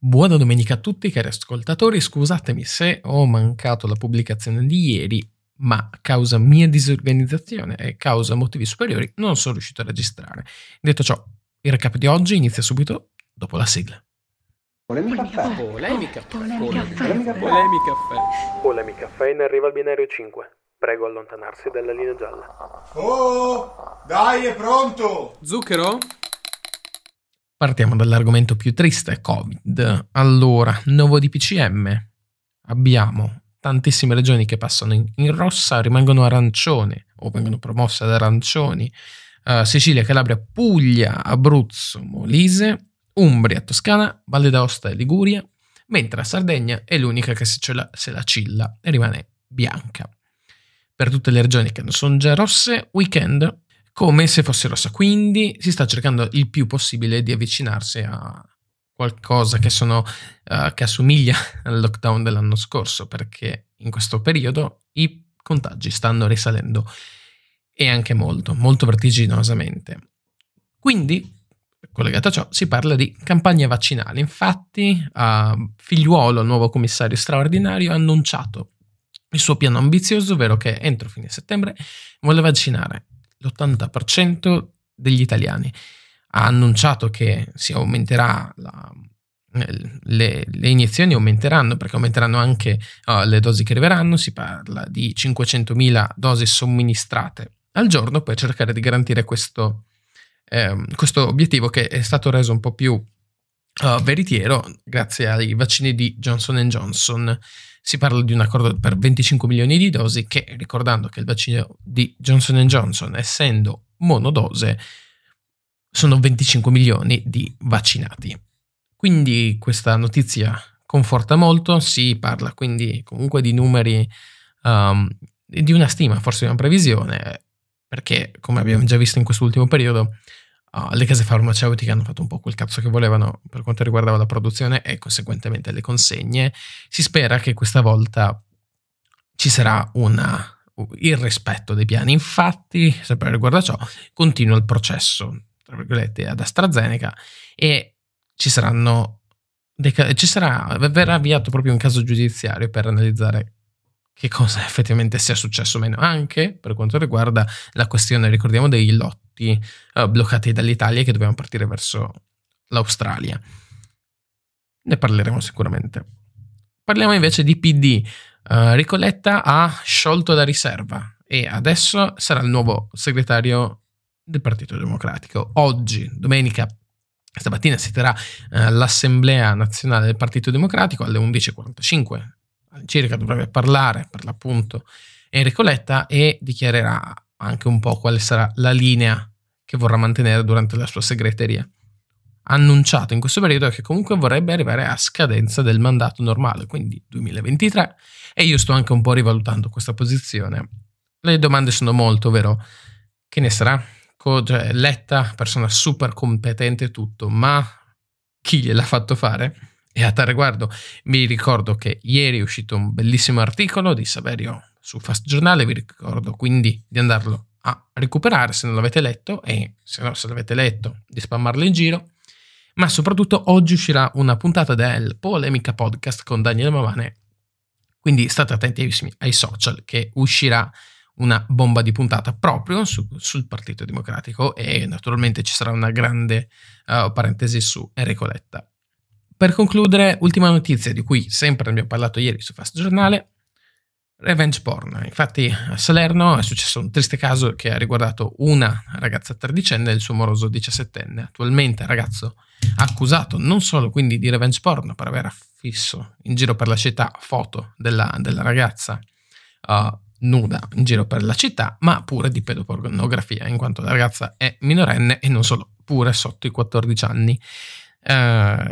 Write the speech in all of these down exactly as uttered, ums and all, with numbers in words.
Buona domenica a tutti cari ascoltatori, scusatemi se ho mancato la pubblicazione di ieri, ma a causa mia disorganizzazione e causa motivi superiori non sono riuscito a registrare. Detto ciò, il recap di oggi inizia subito dopo la sigla. Polemica caffè. Polemica caffè. Polemica caffè. Polemica caffè. Polemica caffè in arriva al binario cinque. Prego allontanarsi dalla linea gialla. Oh, dai, è pronto! Zucchero? Partiamo dall'argomento più triste, Covid. Allora, nuovo D P C M. Abbiamo tantissime regioni che passano in, in rossa, rimangono arancioni o vengono promosse ad arancioni. Uh, Sicilia, Calabria, Puglia, Abruzzo, Molise, Umbria, Toscana, Valle d'Aosta e Liguria, mentre Sardegna è l'unica che se, ce la, se la cilla e rimane bianca. Per tutte le regioni che non sono già rosse, weekend come se fosse rossa, quindi si sta cercando il più possibile di avvicinarsi a qualcosa che, sono, uh, che assomiglia al lockdown dell'anno scorso, perché in questo periodo i contagi stanno risalendo e anche molto, molto vertiginosamente. Quindi, collegato a ciò, si parla di campagna vaccinale. Infatti, uh, Figliuolo, nuovo commissario straordinario, ha annunciato il suo piano ambizioso, ovvero che entro fine settembre vuole vaccinare l'ottanta per cento degli italiani. Ha annunciato che si aumenterà la, le, le iniezioni aumenteranno, perché aumenteranno anche uh, le dosi che arriveranno. Si parla di cinquecentomila dosi somministrate al giorno per cercare di garantire questo, eh, questo obiettivo, che è stato reso un po' più uh, veritiero grazie ai vaccini di Johnson and Johnson. Si parla di un accordo per venticinque milioni di dosi che, ricordando che il vaccino di Johnson and Johnson, essendo monodose, sono venticinque milioni di vaccinati. Quindi questa notizia conforta molto. Si parla quindi comunque di numeri, um, di una stima, forse di una previsione, perché come abbiamo già visto in quest'ultimo periodo, Uh, le case farmaceutiche hanno fatto un po' quel cazzo che volevano per quanto riguardava la produzione e conseguentemente le consegne. Si spera che questa volta ci sarà una, il rispetto dei piani. Infatti, sempre riguardo a ciò, continua il processo, tra virgolette, ad AstraZeneca e ci saranno dei, ci sarà, verrà avviato proprio un caso giudiziario per analizzare che cosa effettivamente sia successo o meno, anche per quanto riguarda la questione, ricordiamo, dei lotti uh, bloccati dall'Italia che dovevano partire verso l'Australia. Ne parleremo sicuramente. Parliamo invece di P D. Uh, Ricoletta ha sciolto la riserva e adesso sarà il nuovo segretario del Partito Democratico. Oggi, domenica, stamattina si terrà uh, l'Assemblea Nazionale del Partito Democratico alle undici e quarantacinque. Circa dovrebbe parlare per l'appunto Enrico Letta e dichiarerà anche un po' quale sarà la linea che vorrà mantenere durante la sua segreteria. Ha annunciato in questo periodo che comunque vorrebbe arrivare a scadenza del mandato normale, quindi duemilaventitré, e io sto anche un po' rivalutando questa posizione. Le domande sono molto, ovvero che ne sarà? Cioè, Letta, persona super competente e tutto, ma chi gliel'ha fatto fare? E a tal riguardo mi ricordo che ieri è uscito un bellissimo articolo di Saverio su Fast Giornale, vi ricordo quindi di andarlo a recuperare se non l'avete letto, e se no, se l'avete letto, di spammarlo in giro. Ma soprattutto oggi uscirà una puntata del Polemica Podcast con Daniele Mamane, quindi state attenti ai, ai social, che uscirà una bomba di puntata proprio su, sul Partito Democratico, e naturalmente ci sarà una grande uh, parentesi su Enrico Letta. Per concludere, ultima notizia di cui sempre abbiamo parlato ieri su Fast Giornale, revenge porn. Infatti a Salerno è successo un triste caso che ha riguardato una ragazza tredicenne e il suo moroso diciassettenne. Attualmente il ragazzo accusato non solo quindi di revenge porn per aver affisso in giro per la città foto della, della ragazza uh, nuda in giro per la città, ma pure di pedopornografia, in quanto la ragazza è minorenne e non solo, pure sotto i quattordici anni. Uh,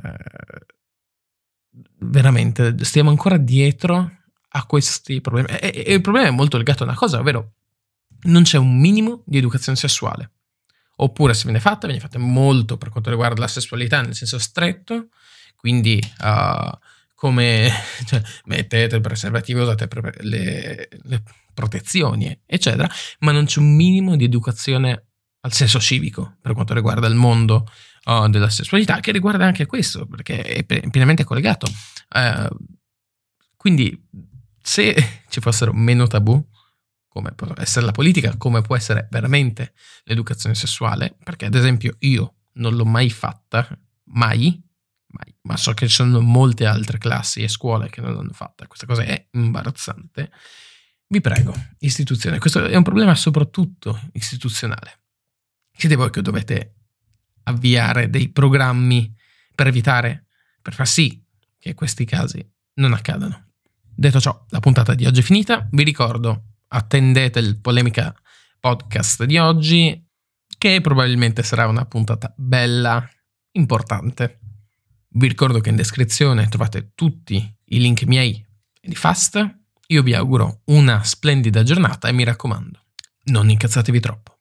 veramente stiamo ancora dietro a questi problemi, e, e il problema è molto legato a una cosa, ovvero non c'è un minimo di educazione sessuale, oppure se viene fatta viene fatta molto per quanto riguarda la sessualità nel senso stretto, quindi uh, come cioè, mettete il preservativo, usate le, le protezioni eccetera, ma non c'è un minimo di educazione al senso civico per quanto riguarda il mondo uh, della sessualità, che riguarda anche questo, perché è pienamente collegato. Uh, quindi se ci fossero meno tabù, come può essere la politica, come può essere veramente l'educazione sessuale, perché ad esempio io non l'ho mai fatta, mai, mai, ma so che ci sono molte altre classi e scuole che non l'hanno fatta, questa cosa è imbarazzante. Vi prego, istituzione, questo è un problema soprattutto istituzionale. Siete voi che dovete avviare dei programmi per evitare, per far sì che questi casi non accadano. Detto ciò, la puntata di oggi è finita. Vi ricordo, attendete il Polemica Podcast di oggi, che probabilmente sarà una puntata bella, importante. Vi ricordo che in descrizione trovate tutti i link miei e di Fast. Io vi auguro una splendida giornata e mi raccomando, non incazzatevi troppo.